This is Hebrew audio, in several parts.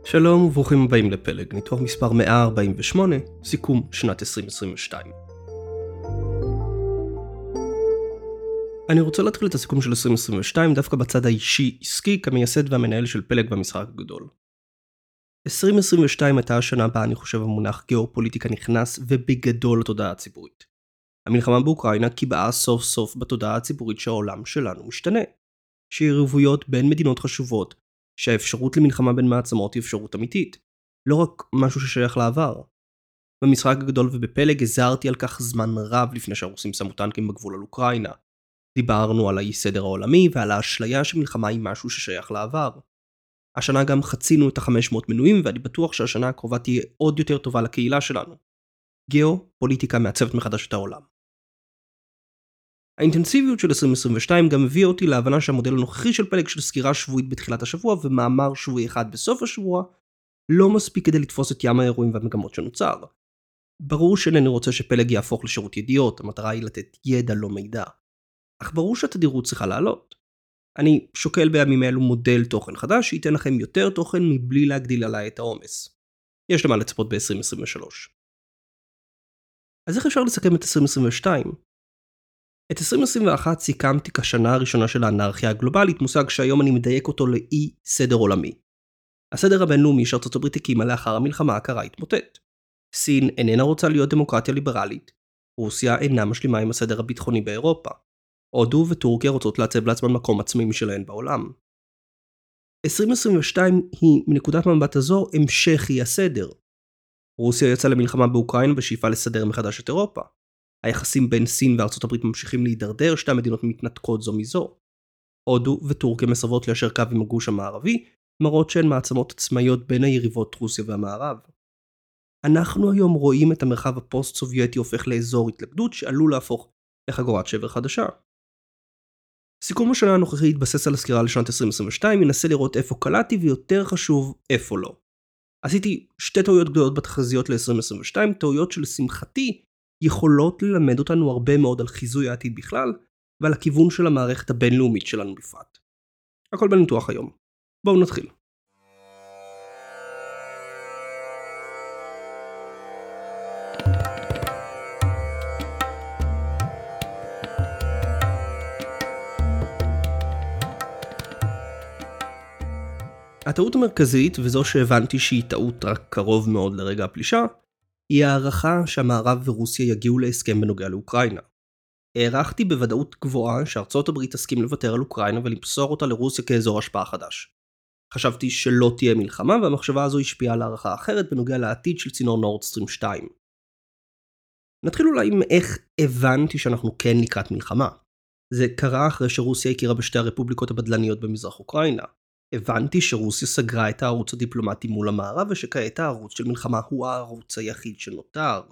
שלום וברוכים הבאים לפלג, ניתוח מספר 148, סיכום שנת 2022. אני רוצה להתחיל את הסיכום של 2022 דווקא בצד האישי-עסקי כמייסד והמנהל של פלג במשחק הגדול. 2022 הייתה השנה בה אני חושב המונח גיאופוליטיקה נכנס ובגדול לתודעה הציבורית. המלחמה באוקראינה קיבעה סוף סוף בתודעה הציבורית שהעולם שלנו משתנה. שיריבויות בין מדינות חשובות, שהאפשרות למלחמה בין מעצמות היא אפשרות אמיתית, לא רק משהו ששייך לעבר. במשחק הגדול ובפלג הזהרתי על כך זמן רב לפני שהרוסים שמו טנקים בגבול על אוקראינה. דיברנו על האי סדר העולמי ועל האשליה שמלחמה היא משהו ששייך לעבר. השנה גם חצינו את ה-500 מנויים ואני בטוח שהשנה הקרובה תהיה עוד יותר טובה לקהילה שלנו. גיאופוליטיקה מעצבת מחדש את העולם. האינטנסיביות של 2022 גם הביאה אותי להבנה שהמודל הנוכחי של פלג של סקירה שבועית בתחילת השבוע ומאמר שבועי אחד בסוף השבוע לא מספיק כדי לתפוס את ים האירועים והמגמות שנוצר. ברור שאינני רוצה שפלג יהפוך לשירות ידיעות, המטרה היא לתת ידע לא מידע. אך ברור שהתדירות צריכה לעלות. אני שוקל בימים אלו מודל תוכן חדש שייתן לכם יותר תוכן מבלי להגדיל עליי את העומס. יש למה לצפות ב-2023. אז איך אפשר לסכם את 2022? את 2021 סיכמתי כשנה הראשונה של האנרכיה הגלובלית, מושג שהיום אני מדייק אותו לאי סדר עולמי. הסדר הבינלאומי שארצות הברית הקימה לאחר המלחמה הקרה התמוטט. סין איננה רוצה להיות דמוקרטיה ליברלית, רוסיה אינה משלימה עם הסדר הביטחוני באירופה. הודו וטורקיה רוצות לעצב לעצמן מקום עצמי משלהן בעולם. 2022 היא מנקודת מבט הזו המשך אי הסדר. רוסיה יצאה למלחמה באוקראינה בשאיפה לסדר מחדש את אירופה. היחסים בין סין וארצות הברית ממשיכים להידרדר, שתי המדינות מתנתקות זו מזו. הודו וטורקיה מסרבות ליישר קו עם הגוש המערבי, מראות שהן מעצמות עצמאיות בין היריבות רוסיה והמערב. אנחנו היום רואים את המרחב הפוסט-סובייטי הופך לאזור התלכדות שעלול להפוך לחגורת שבר חדשה. סיכום השנה הנוכחי התבסס על הסקירה לשנת 2022, ינסה לראות איפה קלעתי ויותר חשוב איפה לא. עשיתי שתי טעויות גדולות בתחזיות ל-2022, טעויות שלשמחתי יכולות ללמד אותנו הרבה מאוד על חיזוי העתיד בכלל, ועל הכיוון של המערכת הבינלאומית שלנו בפרט. הכל בניתוח היום. בואו נתחיל. הטעות המרכזית, וזו שהבנתי שהיא טעות רק קרוב מאוד לרגע הפלישה, היא הערכה שהמערב ורוסיה יגיעו להסכם בנוגע לאוקראינה. הערכתי בוודאות גבוהה שארצות הברית תסכים לוותר על אוקראינה ולמסור אותה לרוסיה כאזור השפעה חדש. חשבתי שלא תהיה מלחמה והמחשבה הזו השפיעה על הערכה אחרת בנוגע לעתיד של צינור נורד סטרים 2. נתחיל אולי עם איך הבנתי שאנחנו כן לקראת מלחמה. זה קרה אחרי שרוסיה הכירה בשתי הרפובליקות הבדלניות במזרח אוקראינה. הבנתי שרוסיה סגרה את הערוץ הדיפלומטי מול המערב ושכעת הערוץ של מלחמה הוא הערוץ היחיד שנותר.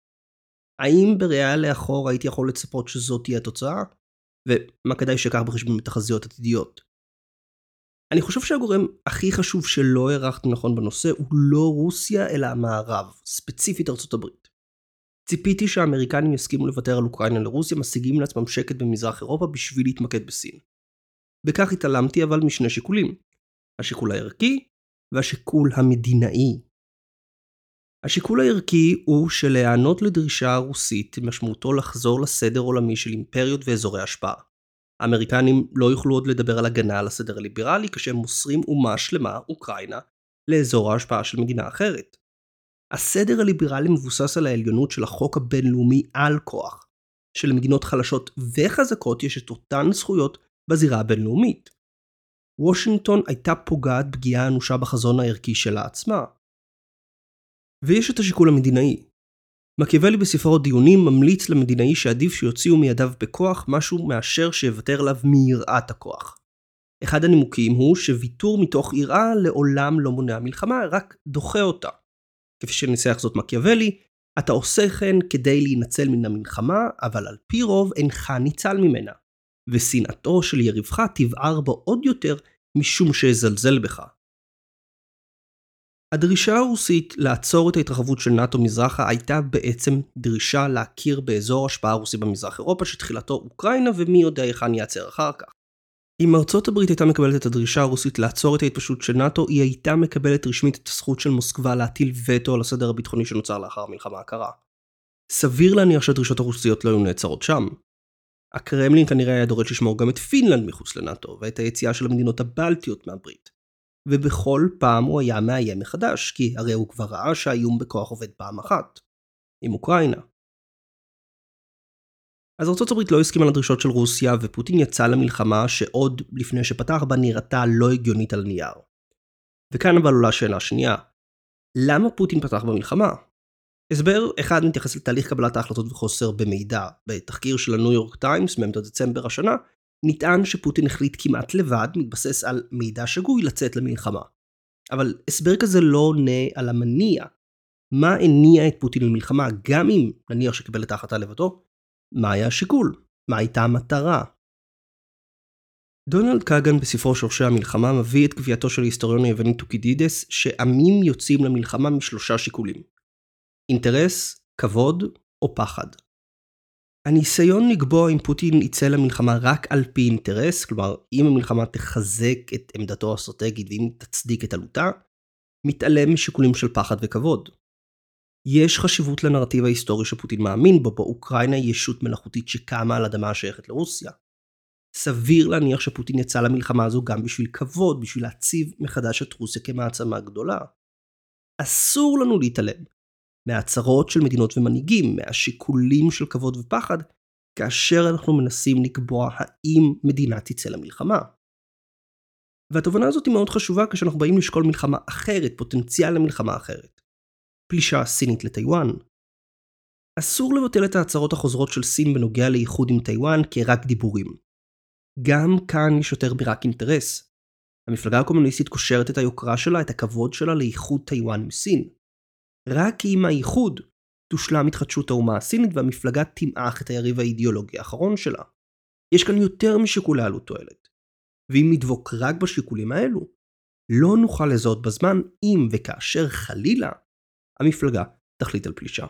האם בראייה לאחור הייתי יכול לצפות שזאת תהיה התוצאה? ומה כדאי שיקח בחשבון בתחזיות עתידיות? אני חושב שהגורם הכי חשוב שלא הערכתי נכון בנושא הוא לא רוסיה אלא המערב, ספציפית ארצות הברית. ציפיתי שהאמריקנים יסכימו לוותר על אוקראינה לרוסיה, משיגים לעצמם שקט במזרח אירופה בשביל להתמקד בסין. בכך התעלמתי אבל משני שיקולים. השיקול הערכי והשיקול המדינאי. השיקול הערכי הוא שלהיענות לדרישה הרוסית משמעותו לחזור לסדר עולמי של אימפריות ואזורי השפעה. האמריקנים לא יוכלו עוד לדבר על הגנה על הסדר הליברלי כשהם מוסרים אומה שלמה, אוקראינה, לאזור ההשפעה של מדינה אחרת. הסדר הליברלי מבוסס על העליונות של החוק הבינלאומי על כוח, שלמדינות חלשות וחזקות יש את אותן זכויות בזירה הבינלאומית. וושינגטון הייתה פוגעת פגיעה אנושה בחזון הערכי שלה עצמה. ויש את השיקול המדינאי. מקיאוולי בספרו דיונים ממליץ למדינאי שעדיף שיוציאו מידיו בכוח משהו מאשר שיוותר עליו מיראת הכוח. אחד הנימוקים הוא שוויתור מתוך יראה לעולם לא מונע מלחמה, רק דוחה אותה. כפי שניסח זאת מקיאוולי, אתה עושה כן כדי להינצל מן המלחמה, אבל על פי רוב אינך ניצל ממנה. ושנאתו של יריבך תבער בו עוד יותר משום שיזלזל בך. הדרישה הרוסית לעצור את ההתרחבות של נאטו מזרחה הייתה בעצם דרישה להכיר באזור השפעה רוסי במזרח אירופה שתחילתו אוקראינה ומי יודע היכן ייעצר אחר כך. אם ארצות הברית הייתה מקבלת את הדרישה הרוסית לעצור את ההתפשטות של נאט"ו, היא הייתה מקבלת רשמית את הזכות של מוסקבה להטיל וטו על הסדר הביטחוני שנוצר לאחר המלחמה הקרה. סביר להניח שהדרישות הרוסיות לא היו נעצרות שם. הקרמלין כנראה היה דורש לשמור גם את פינלנד מחוץ לנאט"ו, ואת היציאה של המדינות הבלטיות מהברית. ובכל פעם הוא היה מאיים מחדש, כי הרי הוא כבר ראה שהאיום בכוח עובד פעם אחת. עם אוקראינה. אז ארצות הברית לא הסכימה לדרישות של רוסיה, ופוטין יצא למלחמה שעוד לפני שפתח בה נראתה לא הגיונית על נייר. וכאן אבל עולה שאלה שנייה. למה פוטין פתח במלחמה? הסבר אחד מתייחס לתהליך קבלת ההחלטות וחוסר במידע. בתחקיר של הניו יורק טיימס מאמצע דצמבר השנה, נטען שפוטין החליט כמעט לבד, מתבסס על מידע שגוי לצאת למלחמה. אבל הסבר כזה לא עונה על המניע. מה הניע את פוטין למלחמה, גם אם נניח שקיבל את ההחלטה לבדו? מה היה השיקול? מה הייתה המטרה? דונלד קאגן בספרו שורשי המלחמה מביא את קביעתו של ההיסטוריון היווני טוקידידס שעמים יוצאים למלחמה משלושה שיקולים. אינטרס, כבוד או פחד. הניסיון לקבוע אם פוטין יצא למלחמה רק על פי אינטרס, כלומר אם המלחמה תחזק את עמדתו האסטרטגית ואם תצדיק את עלותה, מתעלם משיקולים של פחד וכבוד. יש חשיבות לנרטיב ההיסטורי שפוטין מאמין בו, אוקראינה היא ישות מלאכותית שקמה על אדמה השייכת לרוסיה. סביר להניח שפוטין יצא למלחמה הזו גם בשביל כבוד, בשביל להציב מחדש את רוסיה כמעצמה גדולה. אסור לנו להתעלם מהצהרות של מדינות ומנהיגים, מהשיקולים של כבוד ופחד, כאשר אנחנו מנסים לקבוע האם מדינה תצא למלחמה. והתובנה הזאת היא מאוד חשובה כשאנחנו באים לשקול מלחמה אחרת, פוטנציאל למלחמה אחרת. פלישה סינית לטיואן. אסור לבטל את ההצהרות החוזרות של סין בנוגע לאיחוד עם טיואן כרק דיבורים. גם כאן יש יותר ברק אינטרס. המפלגה הקומוניסטית קושרת את היוקרה שלה, את הכבוד שלה לאיחוד טיואן עם סין. רק עם האיחוד תושלם התחדשות האומה הסינית והמפלגה תמעך את היריב האידיאולוגי האחרון שלה. יש כאן יותר משיקולי עלות תועלת. ואם נדבוק רק בשיקולים האלו, לא נוכל לזהות בזמן אם וכאשר חלילה המפלגה תחליט על פלישה.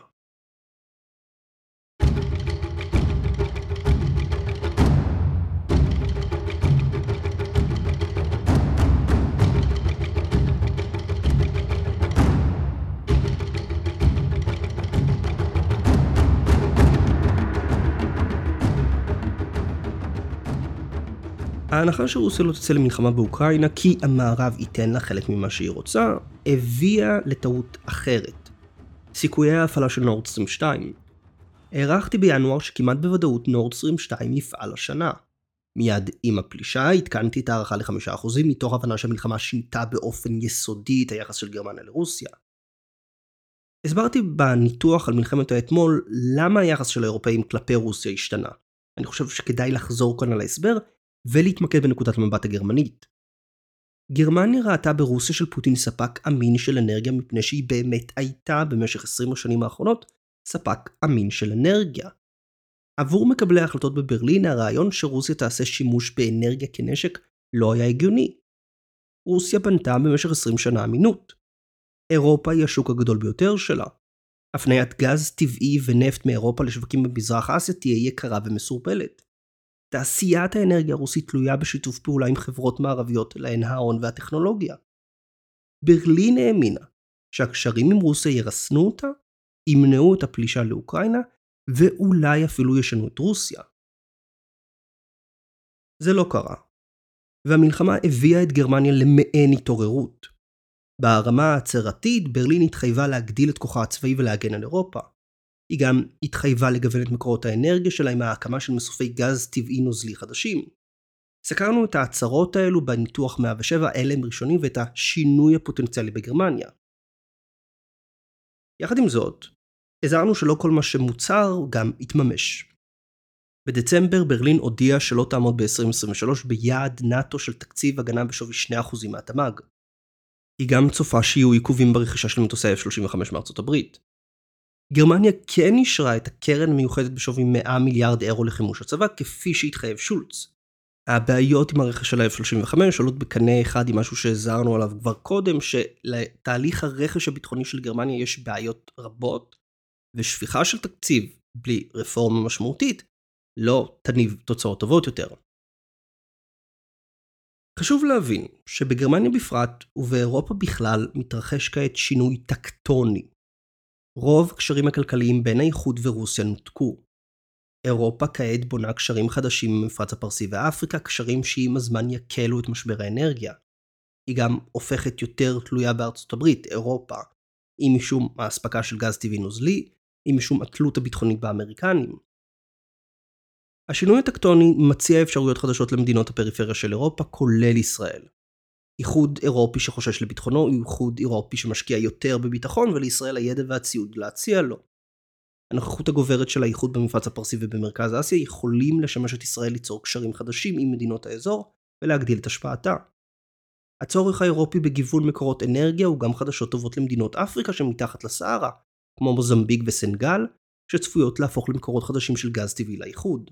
ההנחה שרוסיה לא תצא למלחמה באוקראינה כי המערב ייתן לה חלק ממה שהיא רוצה, הביאה לטעות אחרת. סיכויי ההפעלה של נורד סטרים 2. הערכתי בינואר שכמעט בוודאות נורד סטרים 2 יפעל השנה. מיד עם הפלישה התקנתי את הערכה ל5% מתוך הבנה שהמלחמה שינתה באופן יסודי את היחס של גרמניה לרוסיה. הסברתי בניתוח על מלחמת האתמול למה היחס של האירופאים כלפי רוסיה השתנה. אני חושב שכדאי לחזור כאן על ההסבר ולהתמקד בנקודת המבט הגרמנית. גרמניה ראתה ברוסיה של פוטין ספק אמין של אנרגיה מפני שהיא באמת הייתה במשך 20 השנים האחרונות ספק אמין של אנרגיה. עבור מקבלי ההחלטות בברלין הרעיון שרוסיה תעשה שימוש באנרגיה כנשק לא היה הגיוני. רוסיה בנתה במשך 20 שנה אמינות. אירופה היא השוק הגדול ביותר שלה. הפניית גז טבעי ונפט מאירופה לשווקים במזרח אסיה תהיה יקרה ומסורבלת. תעשיית האנרגיה הרוסית תלויה בשיתוף פעולה עם חברות מערביות להן ההון והטכנולוגיה. ברלין האמינה שהקשרים עם רוסיה ירסנו אותה, ימנעו את הפלישה לאוקראינה, ואולי אפילו ישנו את רוסיה. זה לא קרה, והמלחמה הביאה את גרמניה למעין התעוררות. ברמה ההצהרתית ברלין התחייבה להגדיל את כוחה הצבאי ולהגן על אירופה. היא גם התחייבה לגוון את מקורות האנרגיה שלה עם ההקמה של מסופי גז טבעי נוזלי חדשים. סקרנו את ההצהרות האלו בניתוח 107 אלם ראשונים ואת השינוי הפוטנציאלי בגרמניה. יחד עם זאת, הזהרנו שלא כל מה שמוצר גם יתממש. בדצמבר ברלין הודיעה שלא תעמוד ב-2023 ביעד נאט"ו של תקציב הגנה בשווי 2% מהתמ"ג. היא גם צופה שיהיו עיכובים ברכישה של מטוסי F-35 מארצות הברית. גרמניה כן אישרה את הקרן המיוחדת בשווי 100 מיליארד אירו לחימוש הצבא כפי שהתחייב שולץ. הבעיות עם הרכש של ה-F-35 עולות בקנה אחד עם משהו שהזהרנו עליו כבר קודם, שלתהליך הרכש הביטחוני של גרמניה יש בעיות רבות, ושפיכה של תקציב בלי רפורמה משמעותית לא תניב תוצאות טובות יותר. חשוב להבין שבגרמניה בפרט ובאירופה בכלל מתרחש כעת שינוי טקטוני. רוב הקשרים הכלכליים בין האיחוד ורוסיה נותקו. אירופה כעת בונה קשרים חדשים עם המפרץ הפרסי ואפריקה, קשרים שעם הזמן יקלו את משבר האנרגיה. היא גם הופכת יותר תלויה בארצות הברית, אירופה, אם משום האספקה של גז טבעי נוזלי, אם משום התלות הביטחונית באמריקנים. השינוי הטקטוני מציע אפשרויות חדשות למדינות הפריפריה של אירופה, כולל ישראל. איחוד אירופי שחושש לביטחונו הוא איחוד אירופי שמשקיע יותר בביטחון, ולישראל הידע והציוד להציע לו. הנוכחות הגוברת של האיחוד במפרץ הפרסי ובמרכז אסיה יכולים לשמש את ישראל ליצור קשרים חדשים עם מדינות האזור ולהגדיל את השפעתה. הצורך האירופי בגיוון מקורות אנרגיה הוא גם חדשות טובות למדינות אפריקה שמתחת לסהרה, כמו מוזמביק וסנגל, שצפויות להפוך למקורות חדשים של גז טבעי לאיחוד.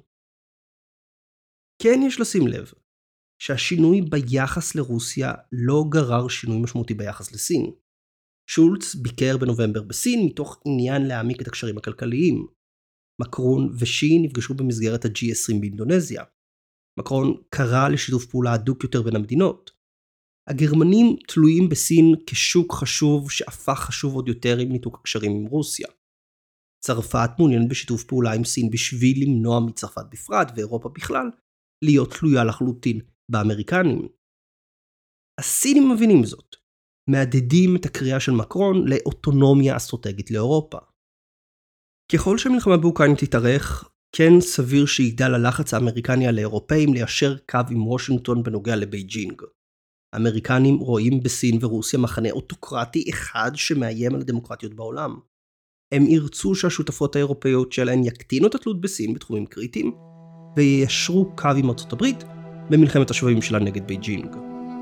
כן יש לשים לב שהשינוי ביחס לרוסיה לא גרר שינוי משמעותי ביחס לסין. שולץ ביקר בנובמבר בסין מתוך עניין להעמיק את הקשרים הכלכליים. מקרון ושי נפגשו במסגרת ה-G20 באינדונזיה. מקרון קרא לשיתוף פעולה הדוק יותר בין המדינות. הגרמנים תלויים בסין כשוק חשוב שהפך חשוב עוד יותר עם ניתוק הקשרים עם רוסיה. צרפת מעוניינת בשיתוף פעולה עם סין בשביל למנוע מצרפת בפרט ואירופה בכלל להיות תלויה לחלוטין באמריקנים. הסינים מבינים זאת, מעדדים את הקריאה של מקרון לאוטונומיה אסטרטגית לאירופה. ככל שהמלחמה באוקראינה תתארך, כן סביר שיגדל הלחץ האמריקני על האירופאים ליישר קו עם וושינגטון בנוגע לבייג'ינג. האמריקנים רואים בסין ורוסיה מחנה אוטוקרטי אחד שמאיים על הדמוקרטיות בעולם. הם ירצו שהשותפות האירופאיות שלהן יקטינו את התלות בסין בתחומים קריטיים, ויישרו קו עם ארצות הברית במלחמת השבויים שלה נגד בייג'ינג.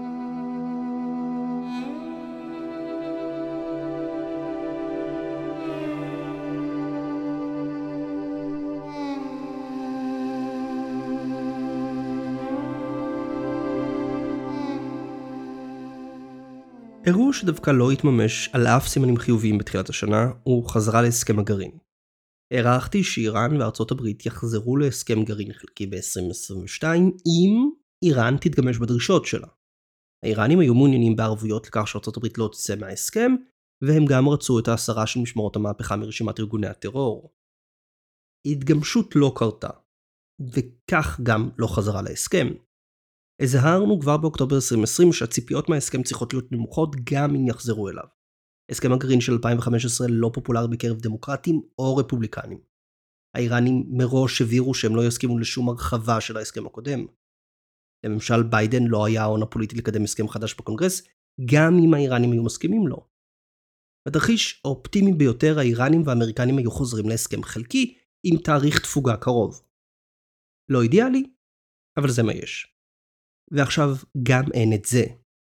אירוע שדווקא לא התממש על אף סימנים חיוביים בתחילת השנה הוא חזרה להסכם הגרעין. הערכתי שאיראן וארצות הברית יחזרו להסכם גרעין חלקי ב-2022 אם איראן תתגמש בדרישות שלה. האיראנים היו מעוניינים בערבויות לכך שארצות הברית לא תצא מההסכם, והם גם רצו את ההסרה של משמרות המהפכה מרשימת ארגוני הטרור. התגמשות לא קרתה, וכך גם לא חזרה להסכם. הזהרנו כבר באוקטובר 2020 שהציפיות מההסכם צריכות להיות נמוכות גם אם יחזרו אליו. הסכם הגרעין של 2015 לא פופולרי בקרב דמוקרטים או רפובליקנים. האיראנים מראש הבהירו שהם לא יסכימו לשום הרחבה של ההסכם הקודם. לממשל ביידן לא היה ההון הפוליטי לקדם הסכם חדש בקונגרס, גם אם האיראנים היו מסכימים לו. בתרחיש האופטימי ביותר האיראנים והאמריקנים היו חוזרים להסכם חלקי עם תאריך תפוגה קרוב. לא אידיאלי, אבל זה מה יש. ועכשיו גם אין את זה.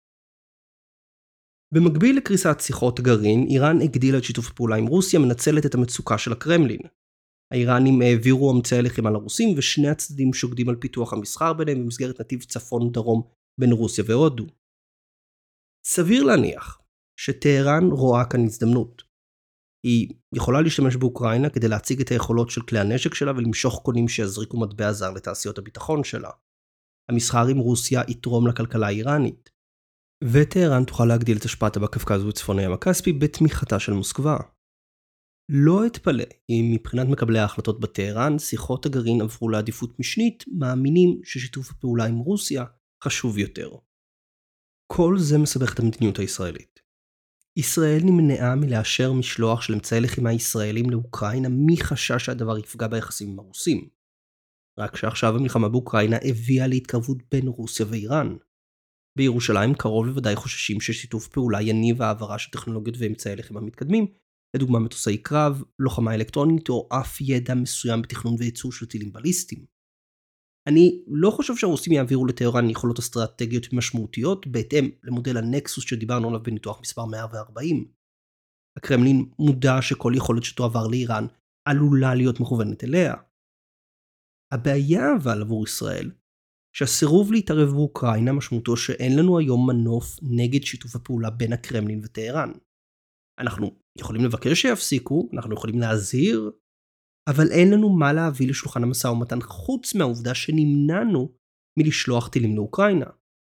במקביל לקריסת שיחות גרעין, איראן הגדילה את שיתוף הפעולה עם רוסיה, מנצלת את המצוקה של הקרמלין. האיראנים העבירו אמצעי לחימה לרוסים, ושני הצדדים שוקדים על פיתוח המסחר ביניהם במסגרת נתיב צפון-דרום בין רוסיה והודו. סביר להניח שטהרן רואה כאן הזדמנות. היא יכולה להשתמש באוקראינה כדי להציג את היכולות של כלי הנשק שלה ולמשוך קונים שיזריקו מטבע זר לתעשיות הביטחון שלה. המסחר עם רוסיה יתרום לכלכלה האיראנית. וטהרן תוכל להגדיל את השפעתה בקווקז וצפון הים הכספי בתמיכתה של מוסקבה. לא אתפלא אם מבחינת מקבלי ההחלטות בטהרן, שיחות הגרעין עברו לעדיפות משנית, מאמינים ששיתוף הפעולה עם רוסיה חשוב יותר. כל זה מסבך את המדיניות הישראלית. ישראל נמנעה מלאשר משלוח של אמצעי לחימה ישראלים לאוקראינה מחשש שהדבר יפגע ביחסים עם הרוסים. רק שעכשיו המלחמה באוקראינה הביאה להתקרבות בין רוסיה ואיראן. בירושלים קרוב לוודאי חוששים ששיתוף פעולה יניב העברה של טכנולוגיות ואמצעי לחימה מתקדמים, לדוגמה מטוסי קרב, לוחמה אלקטרונית או אף ידע מסוים בתכנון וייצור של טילים בליסטיים. אני לא חושב שהרוסים יעבירו לטהרן יכולות אסטרטגיות משמעותיות בהתאם למודל הנקסוס שדיברנו עליו בניתוח מספר 140. הקרמלין מודע שכל יכולת שתועבר לאיראן עלולה להיות מכוונת אליה. הבעיה אבל עבור ישראל, שהסירוב להתערב באוקראינה משמעותו שאין לנו היום מנוף נגד שיתוף הפעולה בין הקרמלין וטהרן. אנחנו יכולים לבקש שיפסיקו, אנחנו יכולים להזהיר, אבל אין לנו מה להביא לשולחן המשא ומתן חוץ מהעובדה שנמנענו מלשלוח טילים לאוקראינה.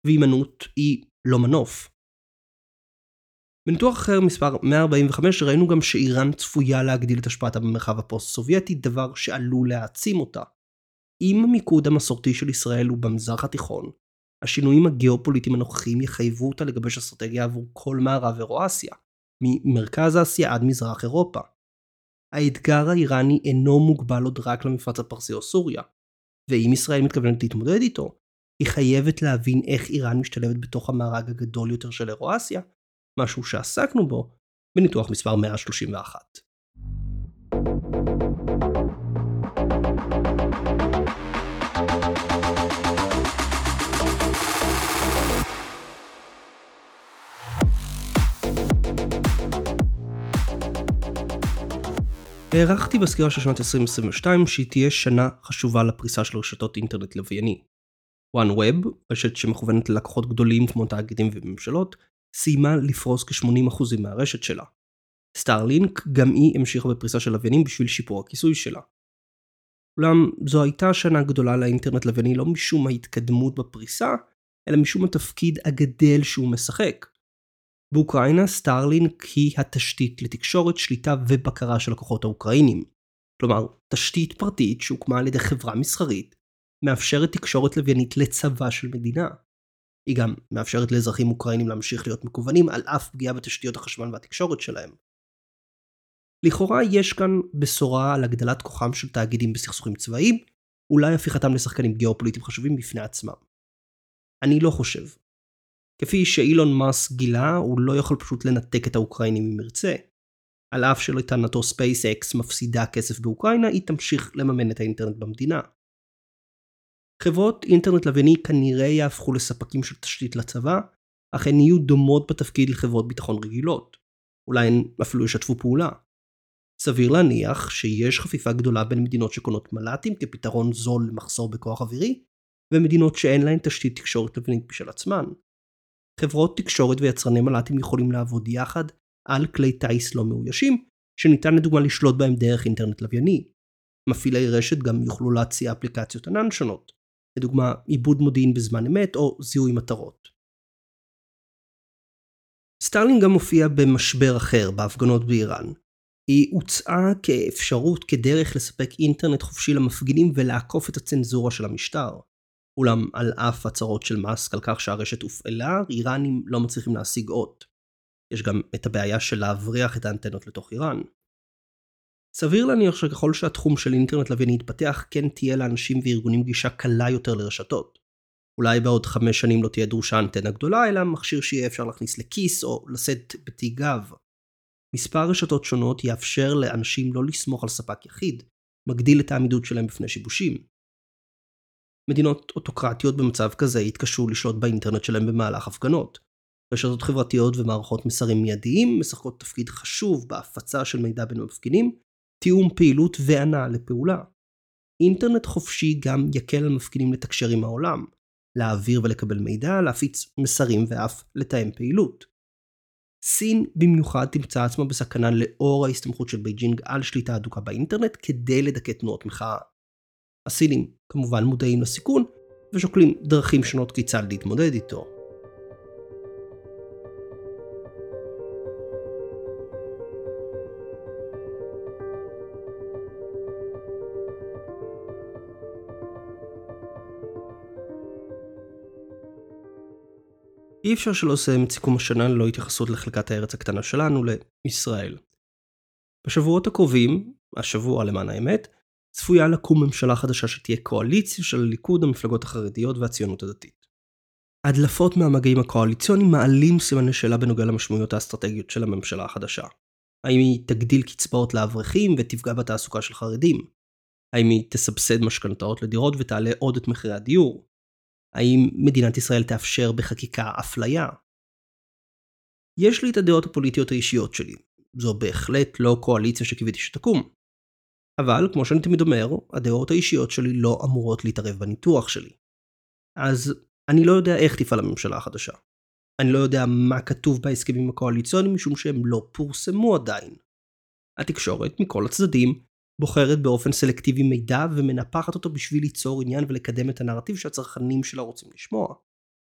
והימנעות היא לא מנוף. בניתוח אחר מספר 145 ראינו גם שאיראן צפויה להגדיל את השפעתה במרחב הפוסט-סובייטי, דבר שעלול להעצים אותה. אם המיקוד המסורתי של ישראל הוא במזרח התיכון, השינויים הגיאופוליטיים הנוכחיים יחייבו אותה לגבש אסטרטגיה עבור כל מערב אירואסיה, ממרכז אסיה עד מזרח אירופה. האתגר האיראני אינו מוגבל עוד רק למפרץ הפרסי או סוריה, ואם ישראל מתכוונת להתמודד איתו, היא חייבת להבין איך איראן משתלבת בתוך המארג הגדול יותר של אירואסיה, משהו שעסקנו בו בניתוח מספר 131. הערכתי בסקירה של שנת 2022 שהיא תהיה שנה חשובה לפריסה של רשתות אינטרנט לווייני. OneWeb, רשת שמכוונת ללקוחות גדולים כמו תאגידים וממשלות, סיימה לפרוס כ-80% מהרשת שלה. סטארלינק גם היא המשיכה בפריסה של לוויינים בשביל שיפור הכיסוי שלה. אולם זו הייתה שנה גדולה לאינטרנט לווייני לא משום ההתקדמות בפריסה, אלא משום התפקיד הגדל שהוא משחק. באוקראינה סטארלינק היא התשתית לתקשורת, שליטה ובקרה של לקוחות האוקראינים. כלומר, תשתית פרטית שהוקמה על ידי חברה מסחרית, מאפשרת תקשורת לוויינית לצבא של מדינה. היא גם מאפשרת לאזרחים אוקראינים להמשיך להיות מקוונים על אף פגיעה בתשתיות החשמל והתקשורת שלהם. לכאורה יש כאן בשורה על הגדלת כוחם של תאגידים בסכסוכים צבאיים, אולי הפיכתם לשחקנים גיאופוליטיים חשובים בפני עצמם. אני לא חושב. כפי שאילון מאסק גילה, הוא לא יכול פשוט לנתק את האוקראינים אם ירצה. על אף שלטענתו SpaceX מפסידה כסף באוקראינה, היא תמשיך לממן את האינטרנט במדינה. חברות אינטרנט לווייני כנראה יהפכו לספקים של תשתית לצבא, אך הן יהיו דומות בתפקיד לחברות ביטחון רגילות. אולי הן אפילו ישתפו פעולה. סביר להניח שיש חפיפה גדולה בין מדינות שקונות מל"טים כפתרון זול למחסור בכוח אווירי, ומדינות שאין להן תשתית תקשורת לוויינית בשל עצמן. חברות תקשורת ויצרני מל"טים יכולים לעבוד יחד על כלי טייס לא מאוישים, שניתן לדוגמה לשלוט בהם דרך אינטרנט לווייני. מפעילי רשת גם יוכלו להציע אפליקציות ענן שונות, לדוגמה עיבוד מודיעין בזמן אמת או זיהוי מטרות. סטארלינק גם מופיע במשבר אחר בהפגנות באיראן. היא הוצעה כאפשרות כדרך לספק אינטרנט חופשי למפגינים ולעקוף את הצנזורה של המשטר. אולם על אף הצהרות של מאסק על כך שהרשת הופעלה, איראנים לא מצליחים להשיג אות. יש גם את הבעיה של להבריח את האנטנות לתוך איראן. סביר להניח שככל שהתחום של אינטרנט לווייני יתפתח, כן תהיה לאנשים וארגונים גישה קלה יותר לרשתות. אולי בעוד 5 שנים לא תהיה דרושה אנטנה גדולה, אלא מכשיר שיהיה אפשר להכניס לכיס או לשאת בתיק גב. מספר רשתות שונות יאפשר לאנשים לא לסמוך על ספק יחיד, מגדיל את העמידות שלהם בפני שיבושים. מדינות אוטוקרטיות במצב כזה יתקשו לשלוט באינטרנט שלהם במהלך הפגנות. רשתות חברתיות ומערכות מסרים מיידיים משחקות תפקיד חשוב בהפצה של מידע בין המפגינים, תיאום פעילות והנעה לפעולה. אינטרנט חופשי גם יקל על מפגינים לתקשר עם העולם, להעביר ולקבל מידע, להפיץ מסרים ואף לתאם פעילות. סין במיוחד תמצא עצמה בסכנה לאור ההסתמכות של בייג'ינג על שליטה הדוקה באינטרנט כדי לדכא תנועות מחאה. הסינים כמובן מודעים לסיכון ושוקלים דרכים שונות כיצד להתמודד איתו. אי אפשר שלא לסיים את סיכום השנה ללא התייחסות לחלקת הארץ הקטנה שלנו, לישראל. בשבועות הקרובים, השבוע למען האמת, צפויה לקום ממשלה חדשה שתהיה קואליציה של הליכוד, המפלגות החרדיות והציונות הדתית. הדלפות מהמגעים הקואליציוניים מעלים סימני שאלה בנוגע למשמעויות האסטרטגיות של הממשלה החדשה. האם היא תגדיל קצבאות לאברכים ותפגע בתעסוקה של חרדים? האם היא תסבסד משכנתאות לדירות ותעלה עוד את מחירי הדיור? האם מדינת ישראל תאפשר בחקיקה אפליה? יש לי את הדעות הפוליטיות האישיות שלי. זו בהחלט לא קואליציה שקיוויתי שתקום. אבל, כמו שאני תמיד אומר, הדעות האישיות שלי לא אמורות להתערב בניתוח שלי. אז אני לא יודע איך תפעל הממשלה החדשה. אני לא יודע מה כתוב בהסכמים הקואליציוניים משום שהם לא פורסמו עדיין. התקשורת מכל הצדדים בוחרת באופן סלקטיבי מידע ומנפחת אותו בשביל ליצור עניין ולקדם את הנרטיב שהצרכנים שלה רוצים לשמוע.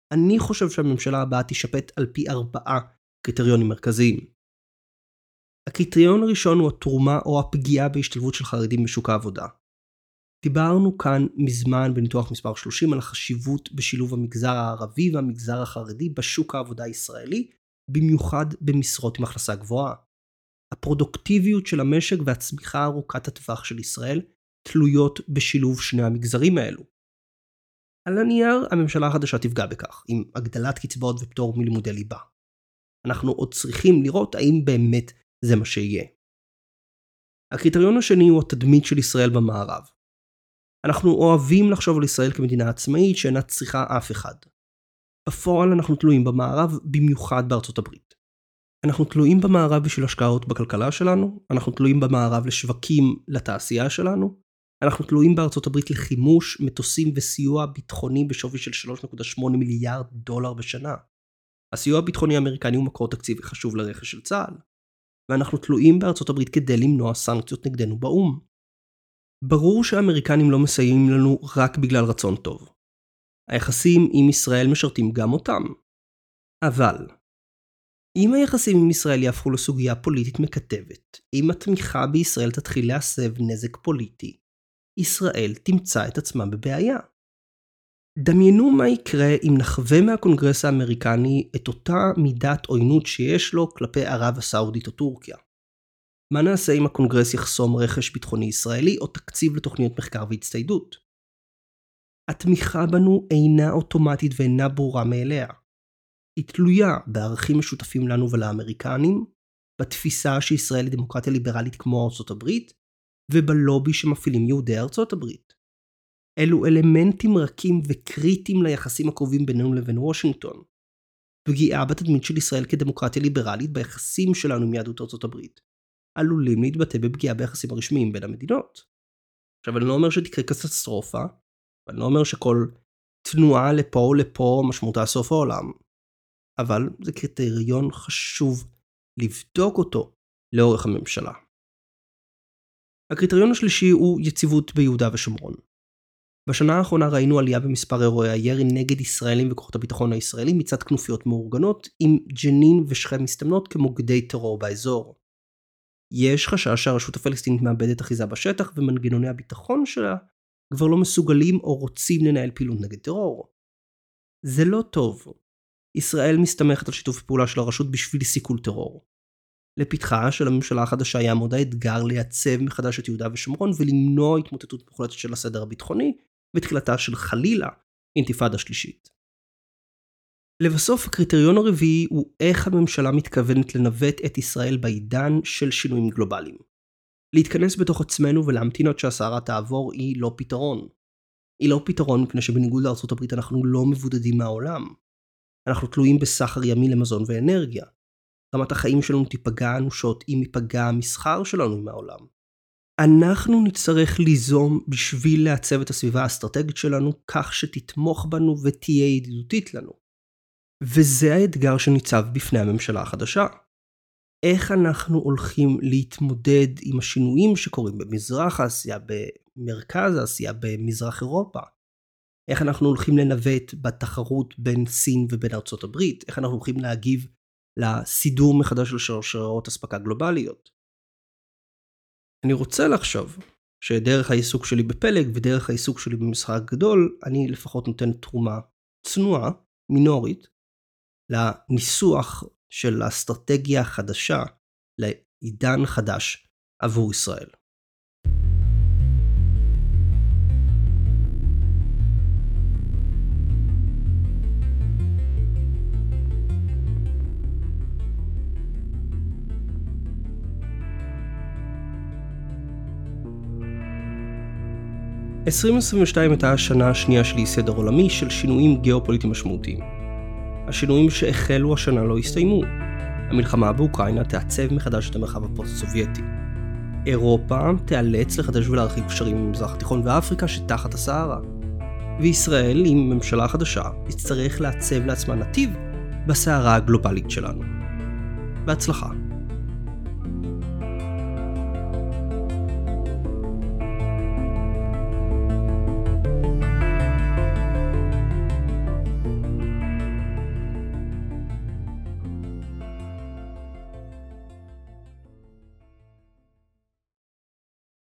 אני חושב שהממשלה הבאה תשפט על פי 4 קריטריונים מרכזיים. הקריטריון הראשון הוא התרומה או הפגיעה בהשתלבות של חרדים בשוק העבודה. דיברנו כאן מזמן בניתוח מספר 30 על החשיבות בשילוב המגזר הערבי והמגזר החרדי בשוק העבודה הישראלי, במיוחד במשרות עם הכנסה גבוהה. הפרודוקטיביות של המשק והצמיחה ארוכת הטווח של ישראל תלויות בשילוב שני המגזרים האלו. על הנייר הממשלה החדשה תפגע בכך, עם הגדלת קצבאות ופטור מלימודי ליבה. אנחנו עוד צריכים לראות האם באמת זה מה שיהיה. הקריטריון השני הוא התדמית של ישראל במערב. אנחנו אוהבים לחשוב על ישראל כמדינה עצמאית שאינה צריכה אף אחד. בפועל אנחנו תלויים במערב, במיוחד בארצות הברית. אנחנו תלויים במערב בשביל השקעות בכלכלה שלנו, אנחנו תלויים במערב לשווקים לתעשייה שלנו, אנחנו תלויים בארצות הברית לחימוש, מטוסים וסיוע ביטחוני בשווי של 3.8 מיליארד דולר בשנה. הסיוע הביטחוני האמריקני הוא מקור תקציבי חשוב לרכש של צה"ל. ואנחנו תלויים בארצות הברית כדי למנוע סנקציות נגדנו באו"ם. ברור שהאמריקנים לא מסייעים לנו רק בגלל רצון טוב. היחסים עם ישראל משרתים גם אותם. אבל, אם היחסים עם ישראל יהפכו לסוגיה פוליטית מקטבת, אם התמיכה בישראל תתחיל להסב נזק פוליטי, ישראל תמצא את עצמה בבעיה. דמיינו מה יקרה אם נחווה מהקונגרס האמריקני את אותה מידת עוינות שיש לו כלפי ערב הסעודית או טורקיה. מה נעשה אם הקונגרס יחסום רכש ביטחוני ישראלי או תקציב לתוכניות מחקר והצטיידות? התמיכה בנו אינה אוטומטית ואינה ברורה מאליה. היא תלויה בערכים משותפים לנו ולאמריקנים, בתפיסה שישראל היא דמוקרטיה ליברלית כמו ארצות הברית, ובלובי שמפעילים יהודי ארצות הברית. אלו אלמנטים רכים וקריטיים ליחסים הקרובים בינינו לבין וושינגטון. פגיעה בתדמית של ישראל כדמוקרטיה ליברלית ביחסים שלנו עם יהדות ארצות הברית, עלולים להתבטא בפגיעה ביחסים הרשמיים בין המדינות. עכשיו, אני לא אומר שתקרה קטסטרופה, ואני לא אומר שכל תנועה לפה או לפה משמעותה סוף העולם, אבל זה קריטריון חשוב לבדוק אותו לאורך הממשלה. הקריטריון השלישי הוא יציבות ביהודה ושומרון. בשנה האחרונה ראינו עלייה במספר אירועי הירי נגד ישראלים וכוחות הביטחון הישראלים מצד כנופיות מאורגנות, עם ג'נין ושכם מסתמנות כמוקדי טרור באזור. יש חשש שהרשות הפלסטינית מאבדת אחיזה בשטח ומנגנוני הביטחון שלה כבר לא מסוגלים או רוצים לנהל פעילות נגד טרור. זה לא טוב. ישראל מסתמכת על שיתוף פעולה של הרשות בשביל סיכול טרור. לפתחה של הממשלה החדשה יעמוד האתגר לייצב מחדש את יהודה ושומרון ולמנוע התמוטטות מוחלטת של הסדר הביטחוני ותחילתה של חלילה אינתיפאדה שלישית. לבסוף, הקריטריון הרביעי הוא איך הממשלה מתכוונת לנווט את ישראל בעידן של שינויים גלובליים. להתכנס בתוך עצמנו ולהמתין עד שהסערה תעבור היא לא פתרון. היא לא פתרון מפני שבניגוד לארצות הברית אנחנו לא מבודדים מהעולם. אנחנו תלויים בסחר ימי למזון ואנרגיה. רמת החיים שלנו תיפגע אנושות אם ייפגע המסחר שלנו מהעולם. אנחנו נצטרך ליזום בשביל לעצב את הסביבה האסטרטגית שלנו כך שתתמוך בנו ותהיה ידידותית לנו. וזה האתגר שניצב בפני הממשלה החדשה. איך אנחנו הולכים להתמודד עם השינויים שקורים במזרח אסיה, במרכז אסיה, במזרח אירופה? איך אנחנו הולכים לנווט בתחרות בין סין ובין ארצות הברית? איך אנחנו הולכים להגיב לסידור מחדש של שרשראות אספקה גלובליות? אני רוצה לחשוב שדרך העיסוק שלי בפלג ודרך העיסוק שלי במשחק גדול, אני לפחות נותן תרומה צנועה, מינורית, לניסוח של האסטרטגיה החדשה לעידן חדש עבור ישראל. ,2022 הייתה השנה השנייה שלי סדר עולמי של שינויים גיאופוליטיים משמעותיים. השינויים שהחלו השנה לא הסתיימו. המלחמה באוקראינה תעצב מחדש את המרחב הפוסט-סובייטי. אירופה תיאלץ לחדש ולהרחיב קשרים עם מזרח התיכון ואפריקה שתחת הסהרה. וישראל, עם ממשלה חדשה, תצטרך לעצב לעצמה נתיב בסהרה הגלובלית שלנו. בהצלחה.